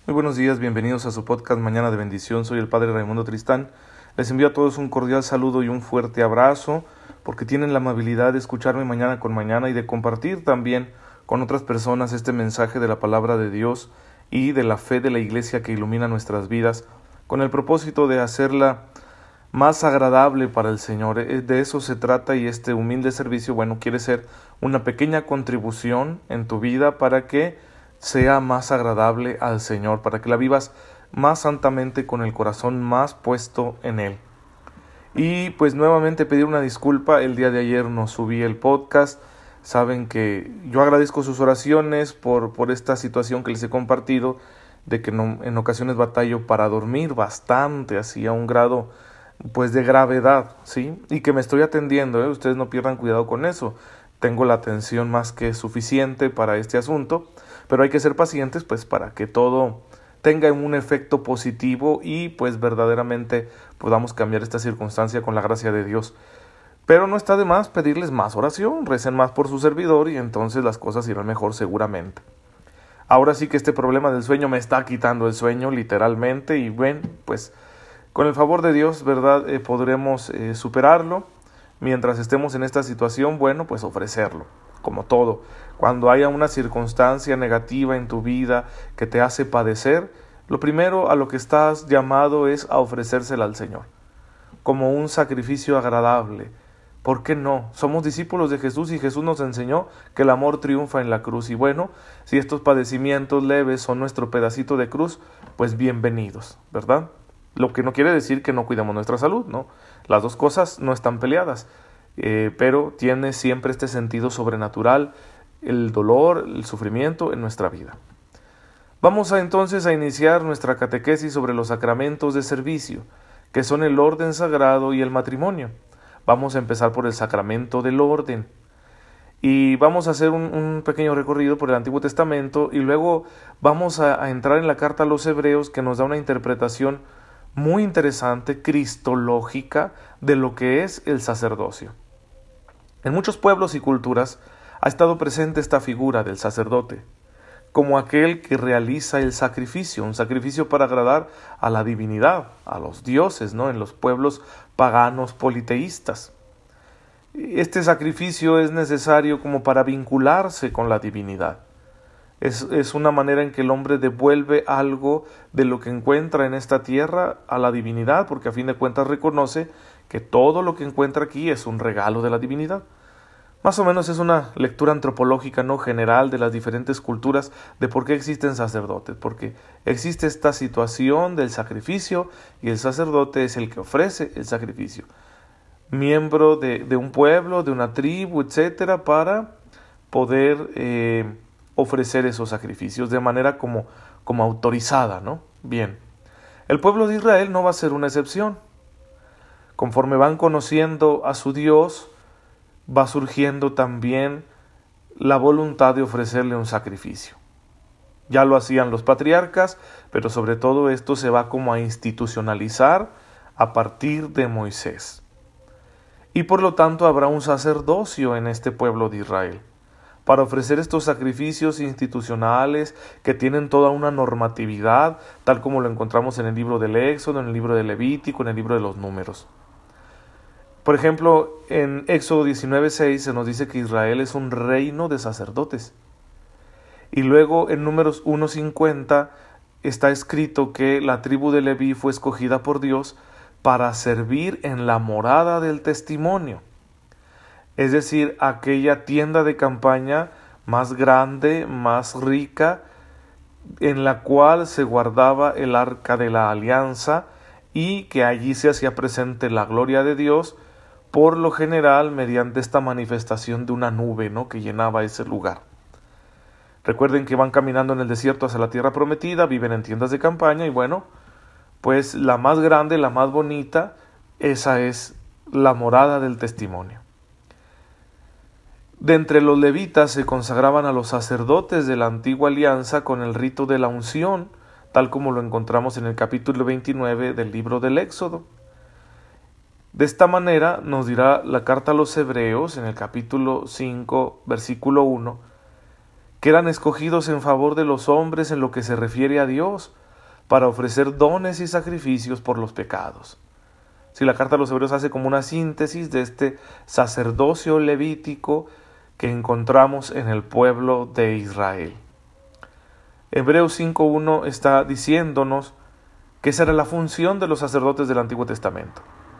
Muy buenos días, bienvenidos a su podcast Mañana de Bendición. Soy el Padre Raimundo Tristán. Les envío a todos un cordial saludo y un fuerte abrazo porque tienen la amabilidad de escucharme mañana con mañana y de compartir también con otras personas este mensaje de la palabra de Dios y de la fe de la Iglesia que ilumina nuestras vidas con el propósito de hacerla más agradable para el Señor. De eso se trata, y este humilde servicio, quiere ser una pequeña contribución en tu vida para que sea más agradable al Señor, para que la vivas más santamente con el corazón más puesto en Él. Y pues nuevamente pedir una disculpa, el día de ayer no subí el podcast. Saben que yo agradezco sus oraciones por esta situación que les he compartido, de que en ocasiones batallo para dormir bastante, así a un grado pues de gravedad, ¿sí? Y que me estoy atendiendo, ustedes no pierdan cuidado con eso. Tengo la atención más que suficiente para este asunto, pero hay que ser pacientes pues para que todo tenga un efecto positivo y pues verdaderamente podamos cambiar esta circunstancia con la gracia de Dios. Pero no está de más pedirles más oración, recen más por su servidor y entonces las cosas irán mejor seguramente. Ahora sí que este problema del sueño me está quitando el sueño literalmente y pues con el favor de Dios, ¿verdad? Podremos superarlo. Mientras estemos en esta situación, pues ofrecerlo, como todo. Cuando haya una circunstancia negativa en tu vida que te hace padecer, lo primero a lo que estás llamado es a ofrecérsela al Señor, como un sacrificio agradable. ¿Por qué no? Somos discípulos de Jesús y Jesús nos enseñó que el amor triunfa en la cruz. Y si estos padecimientos leves son nuestro pedacito de cruz, pues bienvenidos, ¿verdad? Lo que no quiere decir que no cuidemos nuestra salud, ¿no? Las dos cosas no están peleadas, pero tiene siempre este sentido sobrenatural, el dolor, el sufrimiento en nuestra vida. Vamos entonces a iniciar nuestra catequesis sobre los sacramentos de servicio, que son el orden sagrado y el matrimonio. Vamos a empezar por el sacramento del orden. Y vamos a hacer un pequeño recorrido por el Antiguo Testamento y luego vamos a entrar en la carta a los Hebreos, que nos da una interpretación muy interesante, cristológica, de lo que es el sacerdocio. En muchos pueblos y culturas ha estado presente esta figura del sacerdote, como aquel que realiza el sacrificio, un sacrificio para agradar a la divinidad, a los dioses, ¿no? En los pueblos paganos politeístas. Este sacrificio es necesario como para vincularse con la divinidad. Es una manera en que el hombre devuelve algo de lo que encuentra en esta tierra a la divinidad, porque a fin de cuentas reconoce que todo lo que encuentra aquí es un regalo de la divinidad. Más o menos es una lectura antropológica no general de las diferentes culturas de por qué existen sacerdotes, porque existe esta situación del sacrificio y el sacerdote es el que ofrece el sacrificio, miembro de un pueblo, de una tribu, etcétera, para poder ofrecer esos sacrificios de manera como autorizada, ¿no? Bien, el pueblo de Israel no va a ser una excepción. Conforme van conociendo a su Dios, va surgiendo también la voluntad de ofrecerle un sacrificio. Ya lo hacían los patriarcas, pero sobre todo esto se va como a institucionalizar a partir de Moisés. Y por lo tanto habrá un sacerdocio en este pueblo de Israel, para ofrecer estos sacrificios institucionales que tienen toda una normatividad, tal como lo encontramos en el libro del Éxodo, en el libro de Levítico, en el libro de los Números. Por ejemplo, en Éxodo 19:6 se nos dice que Israel es un reino de sacerdotes. Y luego en Números 1:50 está escrito que la tribu de Leví fue escogida por Dios para servir en la morada del testimonio. Es decir, aquella tienda de campaña más grande, más rica, en la cual se guardaba el arca de la alianza y que allí se hacía presente la gloria de Dios, por lo general mediante esta manifestación de una nube, ¿no?, que llenaba ese lugar. Recuerden que van caminando en el desierto hacia la tierra prometida, viven en tiendas de campaña y pues la más grande, la más bonita, esa es la morada del testimonio. De entre los levitas se consagraban a los sacerdotes de la antigua alianza con el rito de la unción, tal como lo encontramos en el capítulo 29 del libro del Éxodo. De esta manera nos dirá la carta a los Hebreos en el capítulo 5, versículo 1, que eran escogidos en favor de los hombres en lo que se refiere a Dios, para ofrecer dones y sacrificios por los pecados. Si la carta a los Hebreos hace como una síntesis de este sacerdocio levítico que encontramos en el pueblo de Israel. Hebreos 5.1 está diciéndonos que esa era la función de los sacerdotes del Antiguo Testamento,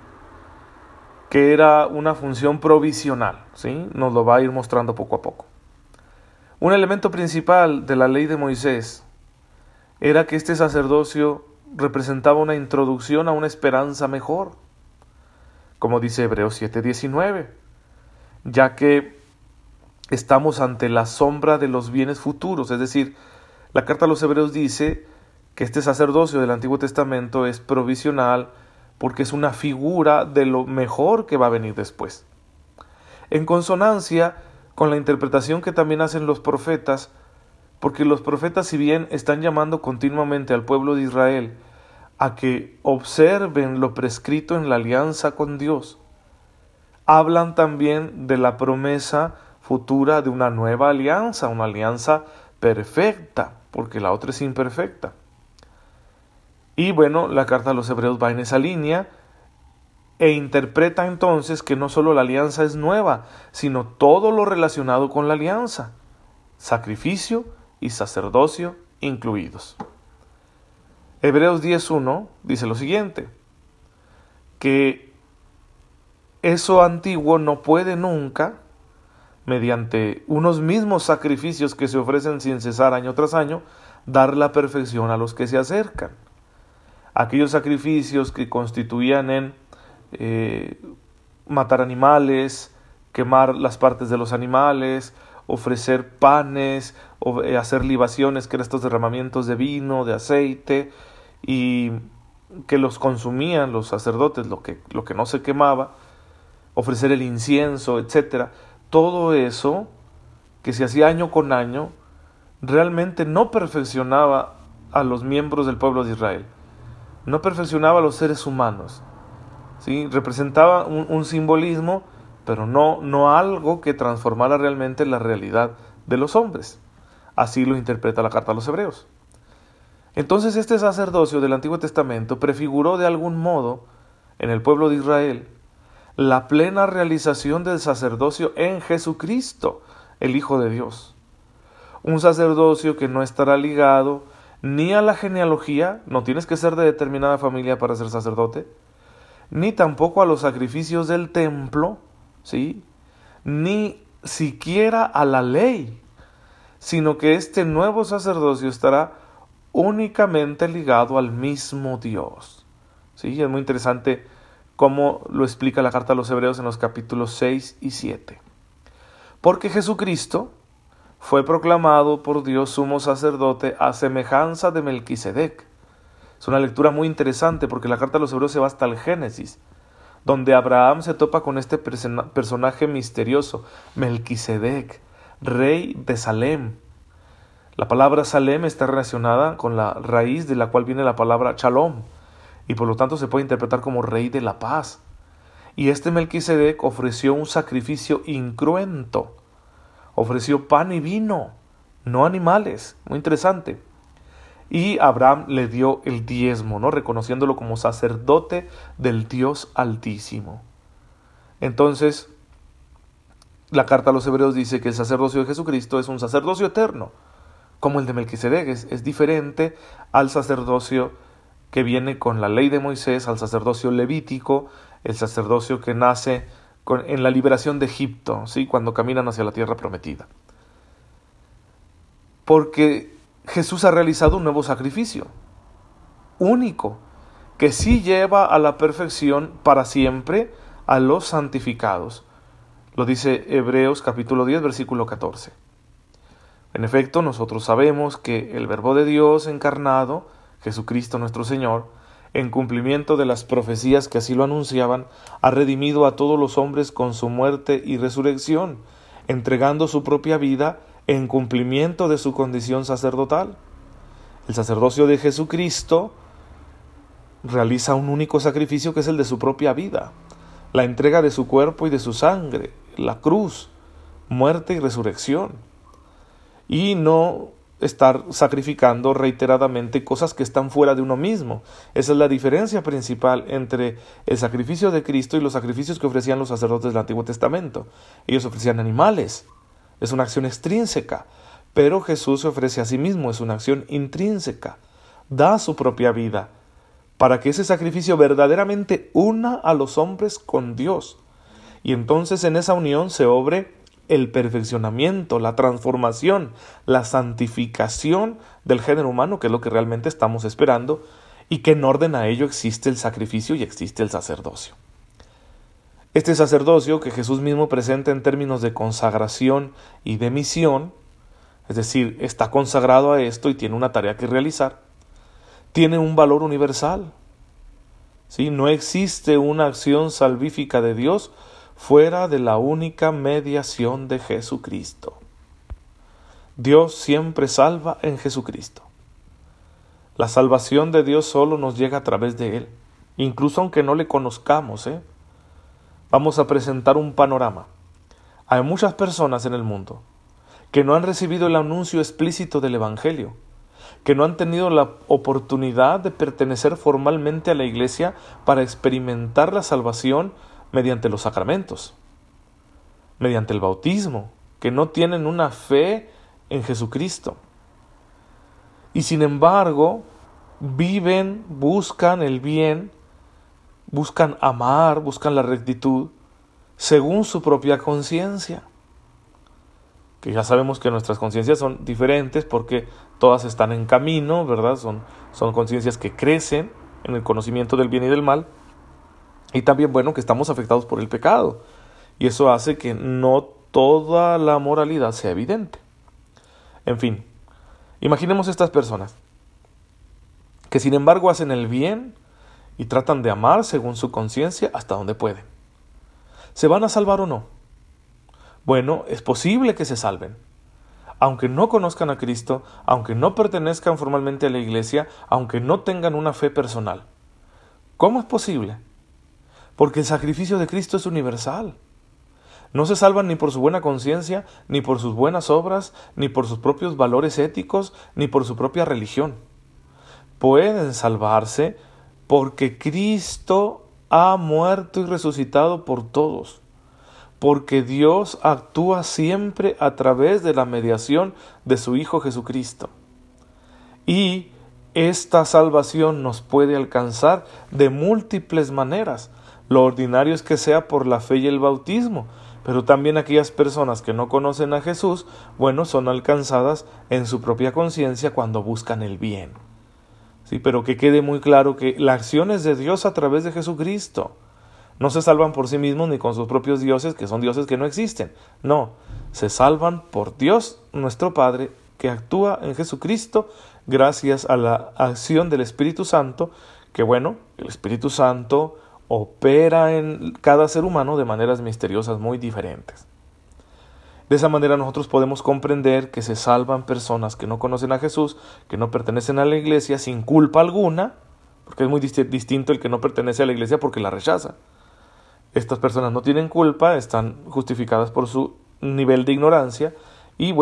que era una función provisional, ¿sí? Nos lo va a ir mostrando poco a poco. Un elemento principal de la ley de Moisés era que este sacerdocio representaba una introducción a una esperanza mejor, como dice Hebreos 7:19, ya que estamos ante la sombra de los bienes futuros. Es decir, la carta a los Hebreos dice que este sacerdocio del Antiguo Testamento es provisional porque es una figura de lo mejor que va a venir después. En consonancia con la interpretación que también hacen los profetas, porque los profetas, si bien están llamando continuamente al pueblo de Israel a que observen lo prescrito en la alianza con Dios, hablan también de la promesa futura de una nueva alianza, una alianza perfecta, porque la otra es imperfecta. Y bueno, la carta a los Hebreos va en esa línea e interpreta entonces que no solo la alianza es nueva, sino todo lo relacionado con la alianza, sacrificio y sacerdocio incluidos. Hebreos 10.1 dice lo siguiente, que eso antiguo no puede nunca, mediante unos mismos sacrificios que se ofrecen sin cesar año tras año, dar la perfección a los que se acercan. Aquellos sacrificios que constituían en matar animales, quemar las partes de los animales, ofrecer panes, hacer libaciones, que eran estos derramamientos de vino, de aceite, y que los consumían los sacerdotes, lo que no se quemaba, ofrecer el incienso, etcétera. Todo eso que se hacía año con año realmente no perfeccionaba a los miembros del pueblo de Israel, no perfeccionaba a los seres humanos, ¿sí? Representaba un simbolismo, pero no algo que transformara realmente la realidad de los hombres. Así lo interpreta la carta a los Hebreos. Entonces este sacerdocio del Antiguo Testamento prefiguró de algún modo en el pueblo de Israel la plena realización del sacerdocio en Jesucristo, el Hijo de Dios. Un sacerdocio que no estará ligado ni a la genealogía, no tienes que ser de determinada familia para ser sacerdote, ni tampoco a los sacrificios del templo, ¿sí? Ni siquiera a la ley, sino que este nuevo sacerdocio estará únicamente ligado al mismo Dios. ¿Sí? Es muy interesante cómo lo explica la carta a los Hebreos en los capítulos 6 y 7. Porque Jesucristo fue proclamado por Dios sumo sacerdote a semejanza de Melquisedec. Es una lectura muy interesante porque la carta a los Hebreos se va hasta el Génesis, donde Abraham se topa con este personaje misterioso, Melquisedec, rey de Salem. La palabra Salem está relacionada con la raíz de la cual viene la palabra Shalom, y por lo tanto se puede interpretar como rey de la paz. Y este Melquisedec ofreció un sacrificio incruento, ofreció pan y vino, no animales, muy interesante. Y Abraham le dio el diezmo, ¿no? Reconociéndolo como sacerdote del Dios Altísimo. Entonces, la carta a los Hebreos dice que el sacerdocio de Jesucristo es un sacerdocio eterno, como el de Melquisedec, es diferente al sacerdocio que viene con la ley de Moisés, al sacerdocio levítico, el sacerdocio que nace en la liberación de Egipto, ¿sí? Cuando caminan hacia la tierra prometida. Porque Jesús ha realizado un nuevo sacrificio, único, que sí lleva a la perfección para siempre a los santificados. Lo dice Hebreos capítulo 10, versículo 14. En efecto, nosotros sabemos que el Verbo de Dios encarnado, Jesucristo nuestro Señor, en cumplimiento de las profecías que así lo anunciaban, ha redimido a todos los hombres con su muerte y resurrección, entregando su propia vida en cumplimiento de su condición sacerdotal. El sacerdocio de Jesucristo realiza un único sacrificio que es el de su propia vida, la entrega de su cuerpo y de su sangre, la cruz, muerte y resurrección. y no estar sacrificando reiteradamente cosas que están fuera de uno mismo. Esa es la diferencia principal entre el sacrificio de Cristo y los sacrificios que ofrecían los sacerdotes del Antiguo Testamento. Ellos ofrecían animales, es una acción extrínseca, pero Jesús se ofrece a sí mismo, es una acción intrínseca, da su propia vida, para que ese sacrificio verdaderamente una a los hombres con Dios, y entonces en esa unión se obre el perfeccionamiento, la transformación, la santificación del género humano, que es lo que realmente estamos esperando, y que en orden a ello existe el sacrificio y existe el sacerdocio. Este sacerdocio que Jesús mismo presenta en términos de consagración y de misión, es decir, está consagrado a esto y tiene una tarea que realizar, tiene un valor universal. ¿Sí? No existe una acción salvífica de Dios fuera de la única mediación de Jesucristo. Dios siempre salva en Jesucristo. La salvación de Dios solo nos llega a través de Él, incluso aunque no le conozcamos. Vamos a presentar un panorama. Hay muchas personas en el mundo que no han recibido el anuncio explícito del Evangelio, que no han tenido la oportunidad de pertenecer formalmente a la Iglesia para experimentar la salvación mediante los sacramentos, mediante el bautismo, que no tienen una fe en Jesucristo. Y sin embargo, viven, buscan el bien, buscan amar, buscan la rectitud, según su propia conciencia. Que ya sabemos que nuestras conciencias son diferentes porque todas están en camino, ¿verdad? Son conciencias que crecen en el conocimiento del bien y del mal. Y también, que estamos afectados por el pecado. Y eso hace que no toda la moralidad sea evidente. En fin, imaginemos estas personas que sin embargo hacen el bien y tratan de amar según su conciencia hasta donde pueden. ¿Se van a salvar o no? Bueno, es posible que se salven. Aunque no conozcan a Cristo, aunque no pertenezcan formalmente a la Iglesia, aunque no tengan una fe personal. ¿Cómo es posible? Porque el sacrificio de Cristo es universal. No se salvan ni por su buena conciencia, ni por sus buenas obras, ni por sus propios valores éticos, ni por su propia religión. Pueden salvarse porque Cristo ha muerto y resucitado por todos. Porque Dios actúa siempre a través de la mediación de su Hijo Jesucristo. Y esta salvación nos puede alcanzar de múltiples maneras. Lo ordinario es que sea por la fe y el bautismo, pero también aquellas personas que no conocen a Jesús, son alcanzadas en su propia conciencia cuando buscan el bien. Sí, pero que quede muy claro que la acción es de Dios a través de Jesucristo. No se salvan por sí mismos ni con sus propios dioses, que son dioses que no existen. No, se salvan por Dios, nuestro Padre, que actúa en Jesucristo gracias a la acción del Espíritu Santo, que el Espíritu Santo opera en cada ser humano de maneras misteriosas muy diferentes. De esa manera nosotros podemos comprender que se salvan personas que no conocen a Jesús, que no pertenecen a la Iglesia sin culpa alguna, porque es muy distinto el que no pertenece a la Iglesia porque la rechaza. Estas personas no tienen culpa, están justificadas por su nivel de ignorancia y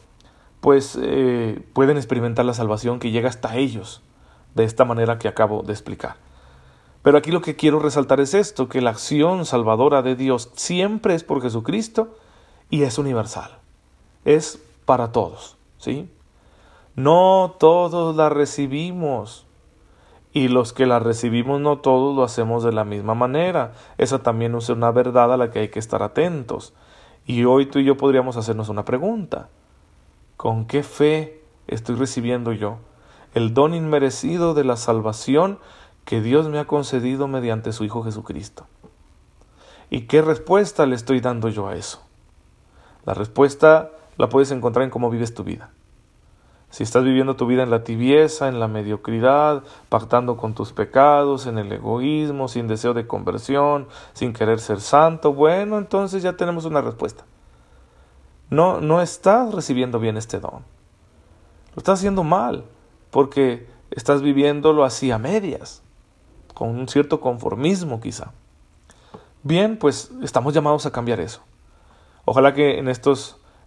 pueden experimentar la salvación que llega hasta ellos de esta manera que acabo de explicar. Pero aquí lo que quiero resaltar es esto, que la acción salvadora de Dios siempre es por Jesucristo y es universal. Es para todos, ¿sí? No todos la recibimos. Y los que la recibimos no todos lo hacemos de la misma manera. Esa también es una verdad a la que hay que estar atentos. Y hoy tú y yo podríamos hacernos una pregunta. ¿Con qué fe estoy recibiendo yo el don inmerecido de la salvación que Dios me ha concedido mediante su Hijo Jesucristo? ¿Y qué respuesta le estoy dando yo a eso? La respuesta la puedes encontrar en cómo vives tu vida. Si estás viviendo tu vida en la tibieza, en la mediocridad, pactando con tus pecados, en el egoísmo, sin deseo de conversión, sin querer ser santo, entonces ya tenemos una respuesta. No estás recibiendo bien este don. Lo estás haciendo mal, porque estás viviéndolo así a medias, con un cierto conformismo quizá. Bien, estamos llamados a cambiar eso. Ojalá que en estos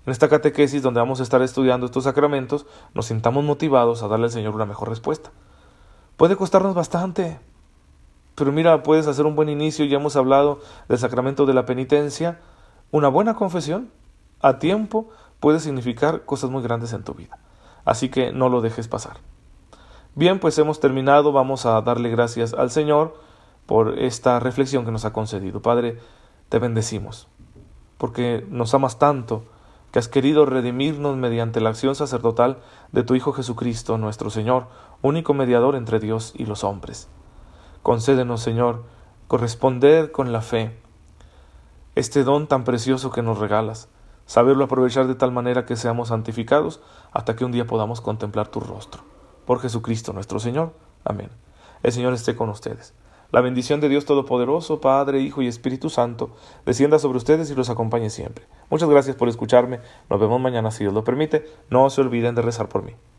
en esta catequesis donde vamos a estar estudiando estos sacramentos, nos sintamos motivados a darle al Señor una mejor respuesta. Puede costarnos bastante, pero mira, puedes hacer un buen inicio. Ya hemos hablado del sacramento de la penitencia. Una buena confesión a tiempo puede significar cosas muy grandes en tu vida. Así que no lo dejes pasar. Bien, pues hemos terminado. Vamos a darle gracias al Señor por esta reflexión que nos ha concedido. Padre, te bendecimos, porque nos amas tanto, que has querido redimirnos mediante la acción sacerdotal de tu Hijo Jesucristo, nuestro Señor, único mediador entre Dios y los hombres. Concédenos, Señor, corresponder con la fe este don tan precioso que nos regalas, saberlo aprovechar de tal manera que seamos santificados hasta que un día podamos contemplar tu rostro. Por Jesucristo nuestro Señor. Amén. El Señor esté con ustedes. La bendición de Dios Todopoderoso, Padre, Hijo y Espíritu Santo, descienda sobre ustedes y los acompañe siempre. Muchas gracias por escucharme. Nos vemos mañana si Dios lo permite. No se olviden de rezar por mí.